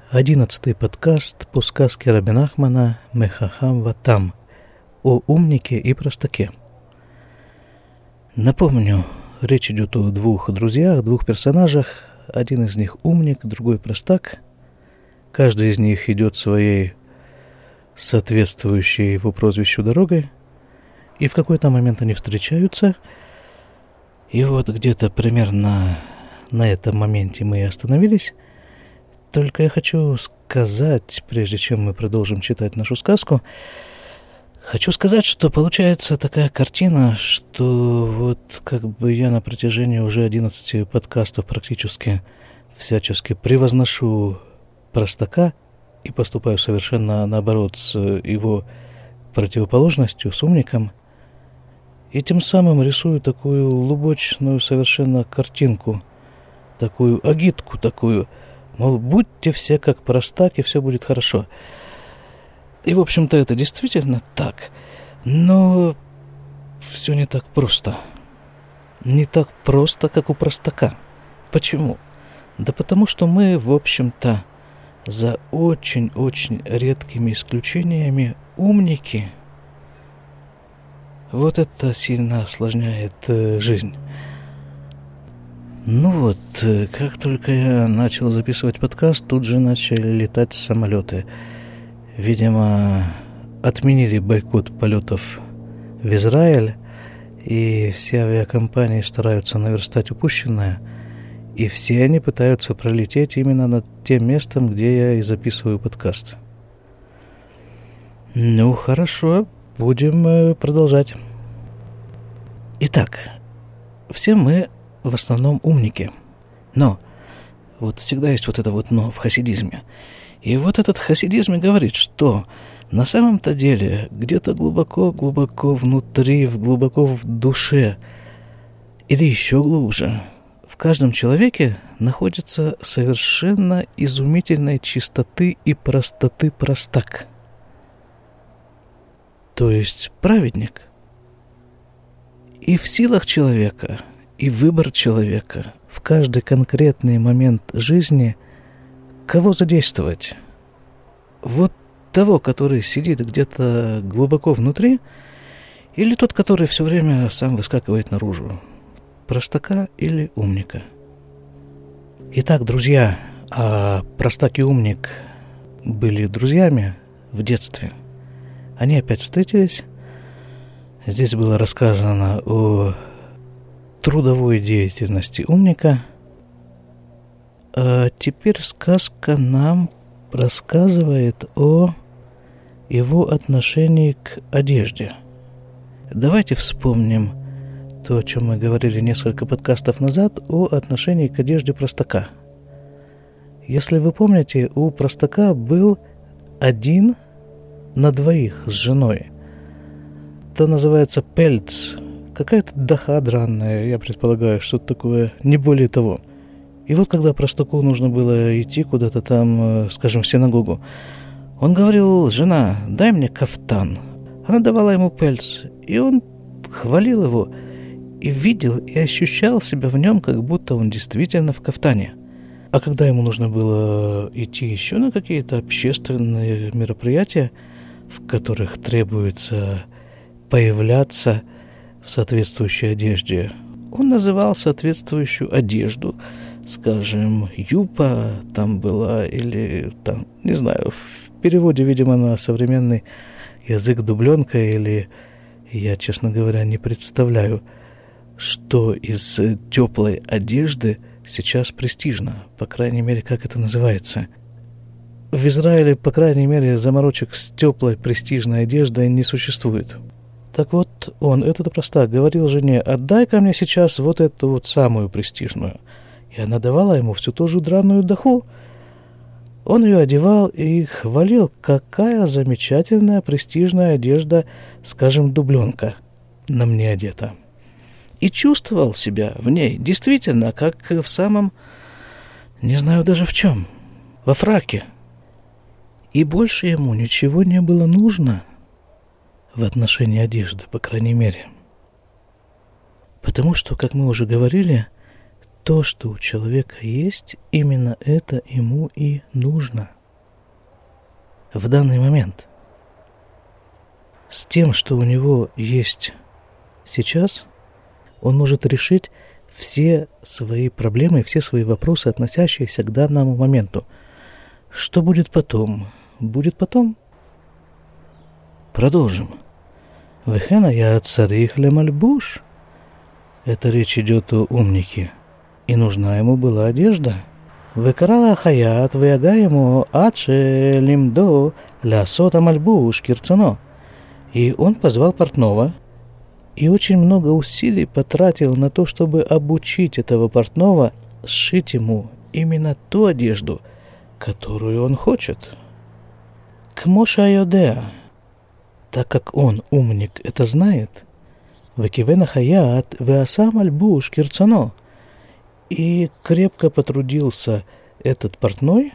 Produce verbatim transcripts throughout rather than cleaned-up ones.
Одиннадцатый подкаст по сказке Раби Нахмана «Мехахам ватам» о умнике и простаке. Напомню, речь идет о двух друзьях, двух персонажах. Один из них умник, другой простак. Каждый из них идет своей соответствующей его прозвищу дорогой. И в какой-то момент они встречаются. И вот где-то примерно на этом моменте мы и остановились. Только я хочу сказать, прежде чем мы продолжим читать нашу сказку, хочу сказать, что получается такая картина, что вот как бы я на протяжении уже одиннадцати подкастов практически всячески превозношу простака и поступаю совершенно наоборот с его противоположностью, с умником, и тем самым рисую такую лубочную совершенно картинку, такую агитку такую, мол, будьте все как простак, и все будет хорошо. И, в общем-то, это действительно так. Но все не так просто. Не так просто, как у простака. Почему? Да потому что мы, в общем-то, за очень-очень редкими исключениями умники. Вот это сильно осложняет э, жизнь. Ну вот, как только я начал записывать подкаст, тут же начали летать самолеты. Видимо, отменили бойкот полетов в Израиль, и все авиакомпании стараются наверстать упущенное, и все они пытаются пролететь именно над тем местом, где я и записываю подкаст. Ну, хорошо, будем продолжать. Итак, все мы в основном умники. Но вот всегда есть вот это вот «но» в хасидизме. И вот этот хасидизм говорит, что на самом-то деле где-то глубоко-глубоко внутри, глубоко в душе, или еще глубже, в каждом человеке находится совершенно изумительной чистоты и простоты простак. То есть праведник. И в силах человека, и выбор человека в каждый конкретный момент жизни, кого задействовать? Вот того, который сидит где-то глубоко внутри, или тот, который все время сам выскакивает наружу? Простака или умника? Итак, друзья, а простак и умник были друзьями в детстве. Они опять встретились. Здесь было рассказано о трудовой деятельности умника. А теперь сказка нам рассказывает о его отношении к одежде. Давайте вспомним то, о чем мы говорили несколько подкастов назад, о отношении к одежде простака. Если вы помните, у простака был один на двоих с женой. Это называется пельц. Какая-то даха дранная, я предполагаю, что-то такое, не более того. И вот когда простаку нужно было идти куда-то там, скажем, в синагогу, он говорил: «Жена, дай мне кафтан». Она давала ему пельц, и он хвалил его, и видел, и ощущал себя в нем, как будто он действительно в кафтане. А когда ему нужно было идти еще на какие-то общественные мероприятия, в которых требуется появляться в соответствующей одежде, он называл соответствующую одежду, скажем, юпа там была, или там, не знаю, в переводе, видимо, на современный язык дубленка, или я, честно говоря, не представляю, что из теплой одежды сейчас престижно, по крайней мере, как это называется. В Израиле, по крайней мере, заморочек с теплой престижной одеждой не существует. Так вот, он, этот простак, говорил жене: «Отдай-ка мне сейчас вот эту вот самую престижную». И она давала ему всю ту же драную даху. Он ее одевал и хвалил: «Какая замечательная престижная одежда, скажем, дубленка на мне одета». И чувствовал себя в ней действительно, как в самом, не знаю даже в чем, во фраке. И больше ему ничего не было нужно в отношении одежды, по крайней мере. Потому что, как мы уже говорили, то, что у человека есть, именно это ему и нужно. в данный момент. С тем, что у него есть сейчас, он может решить все свои проблемы, все свои вопросы, относящиеся к данному моменту. Что будет потом? Будет потом. Продолжим. Вехена я царих лемальбуш. Это речь идет о умнике. И нужна ему была одежда. Векарала хаят веяга ему адше лимдо лясота мальбуш кирцано. И он позвал портного и очень много усилий потратил на то, чтобы обучить этого портного сшить ему именно ту одежду, которую он хочет. К Моша Йодеа, так как он, умник, это знает, векивена хаят веаса мальбуш кирцано, и крепко потрудился этот портной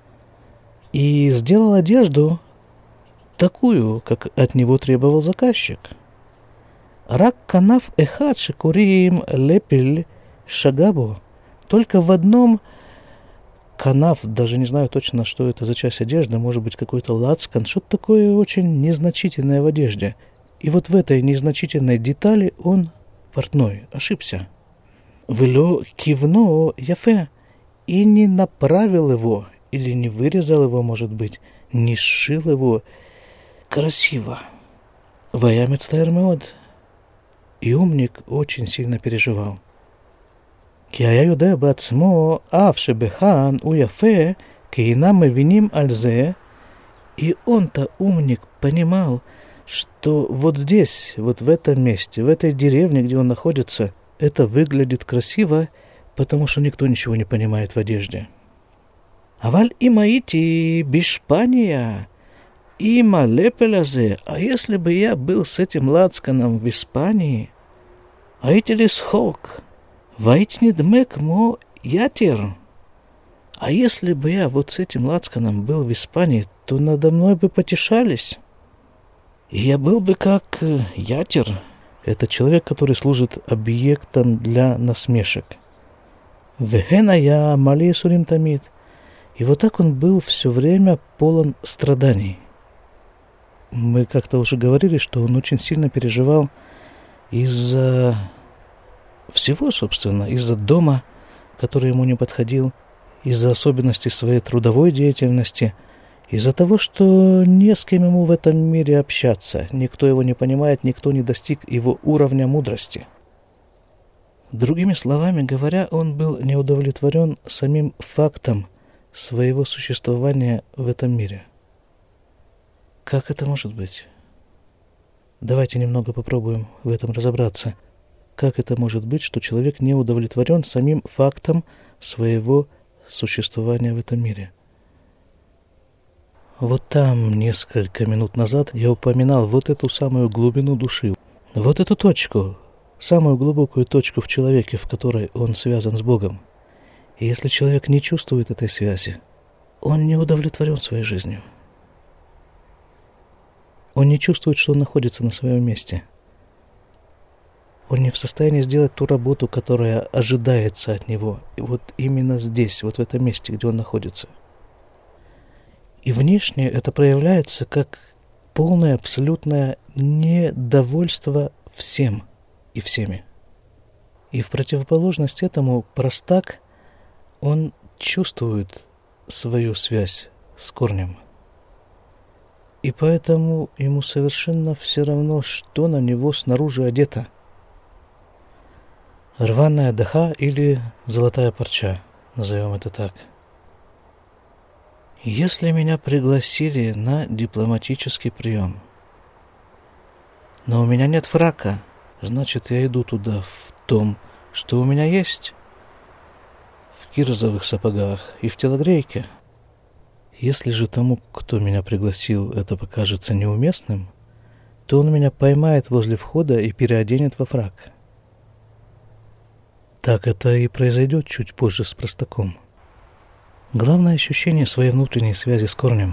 и сделал одежду такую, как от него требовал заказчик. Рак канав эхад шекурим лепель шагабу. Только в одном канав, даже не знаю точно, что это за часть одежды, может быть какой-то лацкан, что-то такое очень незначительное в одежде. И вот в этой незначительной детали он, портной, ошибся. Вело кивно яфе, и не направил его, или не вырезал его, может быть, не сшил его красиво. Ваямец тайрмеод. И умник очень сильно переживал. Кия юде бацмо авше бехан уяфе кейна мевиним альзе. И он-то, умник, понимал, что вот здесь, вот в этом месте, в этой деревне, где он находится, это выглядит красиво, потому что никто ничего не понимает в одежде. Аваль имаити бишпания, има лепелязе, а если бы я был с этим лацканом в Испании, аити лисхок, ваити дмек мо ятер, а если бы я вот с этим лацканом был в Испании, то надо мной бы потешались, и я был бы как ятер. Это человек, который служит объектом для насмешек. Вехена я мали сурим тамид. И вот так он был все время полон страданий. Мы как-то уже говорили, что он очень сильно переживал из-за всего, собственно, из-за дома, который ему не подходил, из-за особенностей своей трудовой деятельности, из-за того, что не с кем ему в этом мире общаться, никто его не понимает, никто не достиг его уровня мудрости. Другими словами говоря, он был неудовлетворен самим фактом своего существования в этом мире. Как это может быть? Давайте немного попробуем в этом разобраться. Как это может быть, что человек не удовлетворен самим фактом своего существования в этом мире? Вот там несколько минут назад я упоминал вот эту самую глубину души, вот эту точку, самую глубокую точку в человеке, в которой он связан с Богом. И если человек не чувствует этой связи, он не удовлетворен своей жизнью. Он не чувствует, что он находится на своем месте. Он не в состоянии сделать ту работу, которая ожидается от него. И вот именно здесь, вот в этом месте, где он находится. И внешне это проявляется как полное, абсолютное недовольство всем и всеми. И в противоположность этому простак, он чувствует свою связь с корнем. И поэтому ему совершенно все равно, что на него снаружи одето. Рваная даха или золотая парча, назовем это так. Если меня пригласили на дипломатический прием, но у меня нет фрака, значит, я иду туда в том, что у меня есть, в кирзовых сапогах и в телогрейке. Если же тому, кто меня пригласил, это покажется неуместным, то он меня поймает возле входа и переоденет во фрак. Так это и произойдет чуть позже с простаком. Главное ощущение своей внутренней связи с корнем.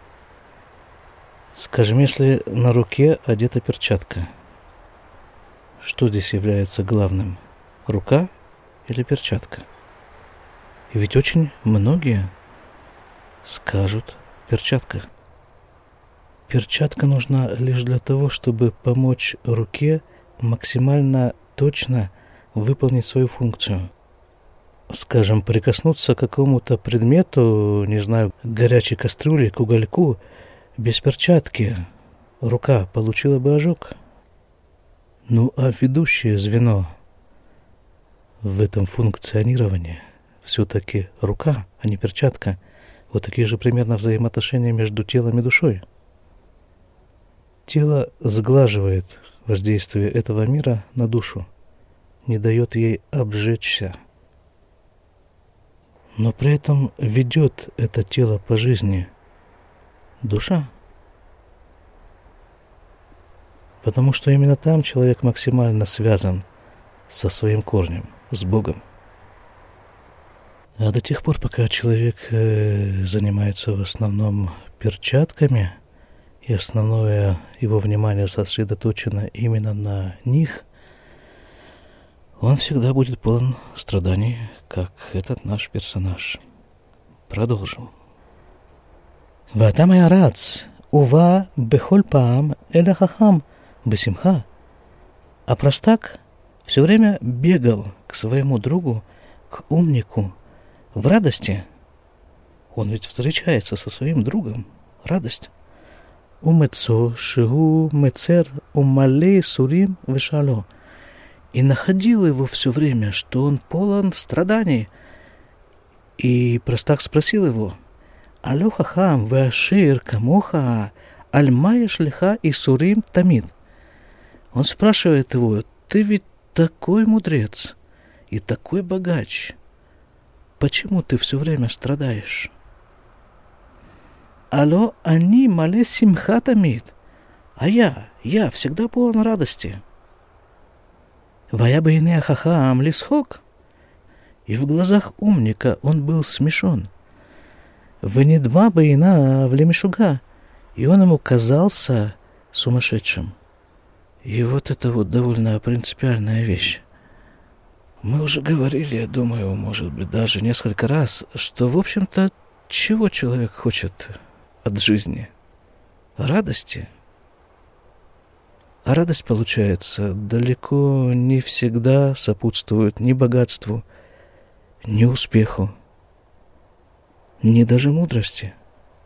Скажем, если на руке одета перчатка, что здесь является главным? Рука или перчатка? И ведь очень многие скажут перчатка. Перчатка нужна лишь для того, чтобы помочь руке максимально точно выполнить свою функцию. Скажем, прикоснуться к какому-то предмету, не знаю, к горячей кастрюле, к угольку, без перчатки рука получила бы ожог. Ну а ведущее звено в этом функционировании все-таки рука, а не перчатка. Вот такие же примерно взаимоотношения между телом и душой. Тело сглаживает воздействие этого мира на душу, не дает ей обжечься. Но при этом ведет это тело по жизни душа. Потому что именно там человек максимально связан со своим корнем, с Богом. А до тех пор, пока человек э, занимается в основном перчатками, и основное его внимание сосредоточено именно на них, он всегда будет полон страданий, как этот наш персонаж. Продолжим. Ватам ярац, ува бехоль паам эля хахам бесимха. А простак все время бегал к своему другу, к умнику, в радости. Он ведь встречается со своим другом. Радость. Умецо шигу мецер умалей сурим вешало. И находил его все время, что он полон страданий. И простак спросил его: «Алё хахам веашир камоха альмая шлиха и сурим тамид». Он спрашивает его: «Ты ведь такой мудрец и такой богач. Почему ты все время страдаешь?» «Алё они мале симха тамид». А я, я всегда полон радости. «Вая бейне хахам лисхок». И в глазах умника он был смешон. «Венедва бейна в лемешуга». И он ему казался сумасшедшим. И вот это вот довольно принципиальная вещь. Мы уже говорили, я думаю, может быть, даже несколько раз, что, в общем-то, чего человек хочет от жизни? Радости. А радость, получается, далеко не всегда сопутствует ни богатству, ни успеху, ни даже мудрости.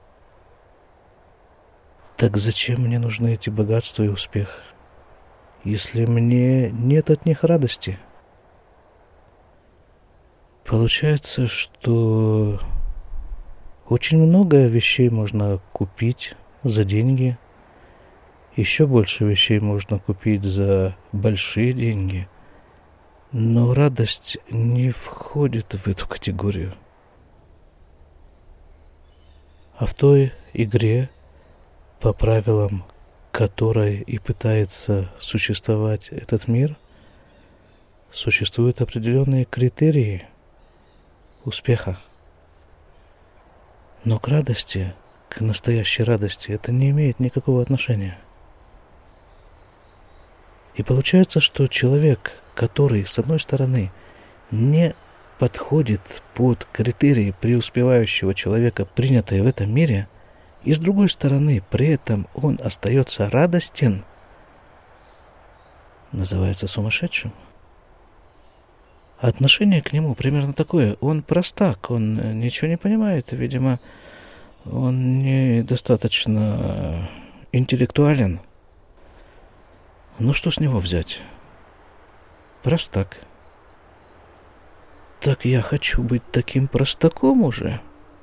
Так зачем мне нужны эти богатства и успех, если мне нет от них радости? Получается, что очень много вещей можно купить за деньги, еще больше вещей можно купить за большие деньги, но радость не входит в эту категорию. А в той игре, по правилам которой и пытается существовать этот мир, существуют определенные критерии успеха. Но к радости, к настоящей радости, это не имеет никакого отношения. И получается, что человек, который, с одной стороны, не подходит под критерии преуспевающего человека, принятые в этом мире, и с другой стороны, при этом он остается радостен, называется сумасшедшим. Отношение к нему примерно такое. Он простак, он ничего не понимает, видимо, он недостаточно интеллектуален. Ну что с него взять? Простак. Так я хочу быть таким простаком уже.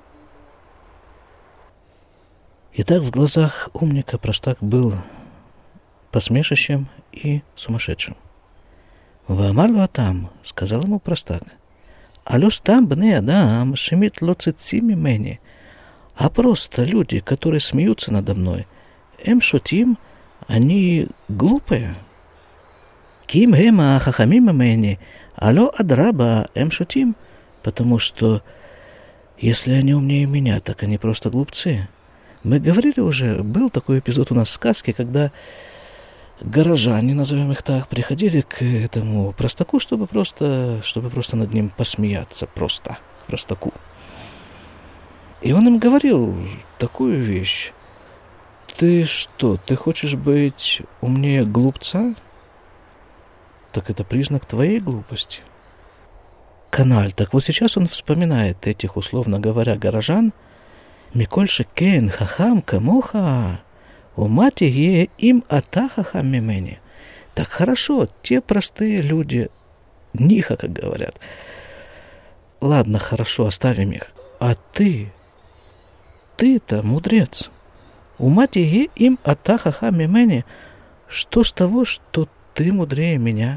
Итак, в глазах умника простак был посмешищем и сумасшедшим. «Ваамалу атам», — сказал ему простак, «алё стам бне адам шемит лоцици мимени». А просто люди, которые смеются надо мной, эм шутим, они глупые. «Ким эма хахамим мимени, алё адраба эм шутим», потому что если они умнее меня, так они просто глупцы. Мы говорили уже, был такой эпизод у нас в сказке, когда горожане, назовем их так, приходили к этому простаку, чтобы просто, чтобы просто над ним посмеяться, просто простаку. И он им говорил такую вещь: ты что, ты хочешь быть умнее глупца? Так это признак твоей глупости. Каналь, так вот сейчас он вспоминает этих, условно говоря, горожан. Миколь шекен хахам камоха, умати е им ата хахам мимени. Так хорошо, те простые люди, ниха, как говорят. Ладно, хорошо, оставим их. А ты, ты-то мудрец. Умати е им ата хахам мимени. Что с того, что ты мудрее меня?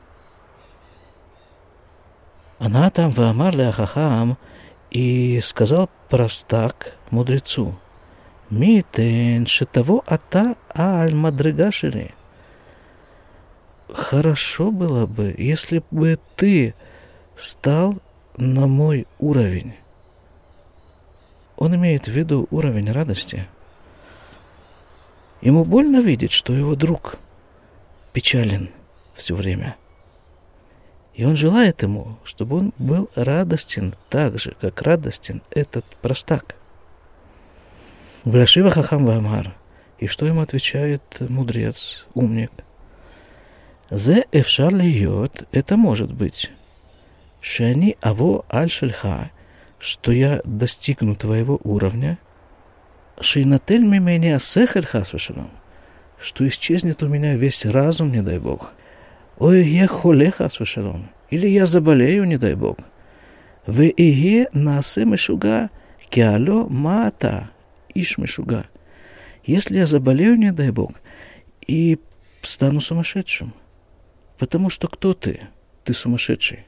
Она там ваамар ля хахам, и сказал простак мудрецу: «Митен шетаво ата аль мадрыгашили». Хорошо было бы, если бы ты стал на мой уровень. Он имеет в виду уровень радости. Ему больно видеть, что его друг печален все время. И он желает ему, чтобы он был радостен так же, как радостен этот простак. Вляшива хахам ваамар. И что ему отвечает мудрец, умник? Зе эфшар льет, это может быть. Шани аво аль шельха, что я достигну твоего уровня. Шейнатель мимени асехель хас вешалом, что исчезнет у меня весь разум, не дай Бог. Ой, я холеха с вешалом, или я заболею, не дай Бог. Ве иге наасе мешуга, киало маата иш мешуга. Если я заболею, не дай Бог, и стану сумасшедшим. Потому что кто ты? Ты сумасшедший.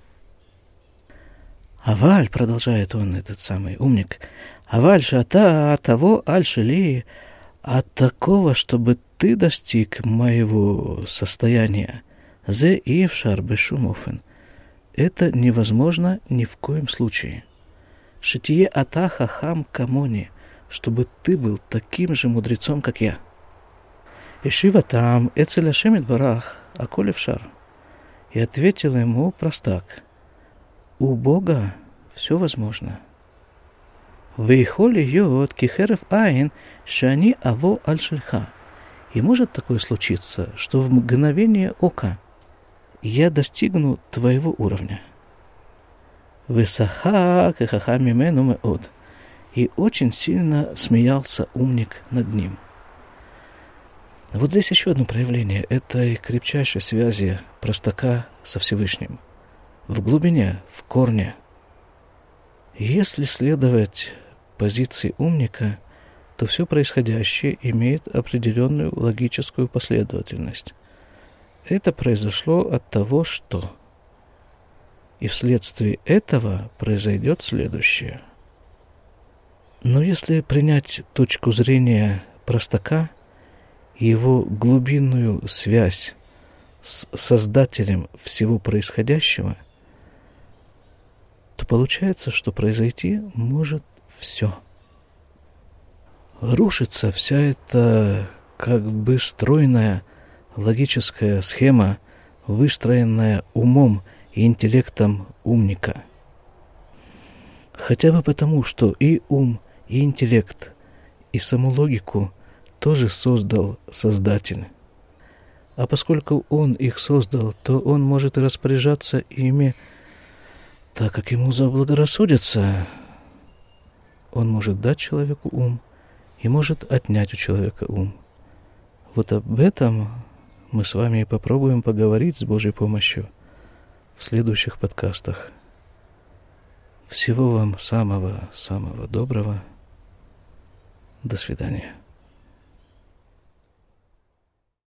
Аваль, продолжает он, этот самый умник, аваль шата от того аль-шели, от такого, чтобы ты достиг моего состояния. Зе ившар бешумофен. Это невозможно ни в коем случае. Шитие ата хахам камони, чтобы ты был таким же мудрецом, как я. Ишива там эцель Ашем барах, аколь эфшар. И ответил ему простак: у Бога все возможно. Вейхоли йод кихерев айн шани аво аль-шельха. И может такое случиться, что в мгновение ока я достигну твоего уровня. Высаха кахаха мимену меод. И очень сильно смеялся умник над ним. Вот здесь еще одно проявление этой крепчайшей связи простака со Всевышним. В глубине, в корне. Если следовать позиции умника, то все происходящее имеет определенную логическую последовательность. Это произошло от того, что. И вследствие этого произойдет следующее. Но если принять точку зрения простака, его глубинную связь с Создателем всего происходящего, то получается, что произойти может все. Рушится вся эта как бы стройная логическая схема, выстроенная умом и интеллектом умника. Хотя бы потому, что и ум, и интеллект, и саму логику тоже создал Создатель. А поскольку он их создал, то он может и распоряжаться ими так, как ему заблагорассудится. Он может дать человеку ум и может отнять у человека ум. Вот об этом мы с вами и попробуем поговорить с Божьей помощью в следующих подкастах. Всего вам самого-самого доброго. До свидания.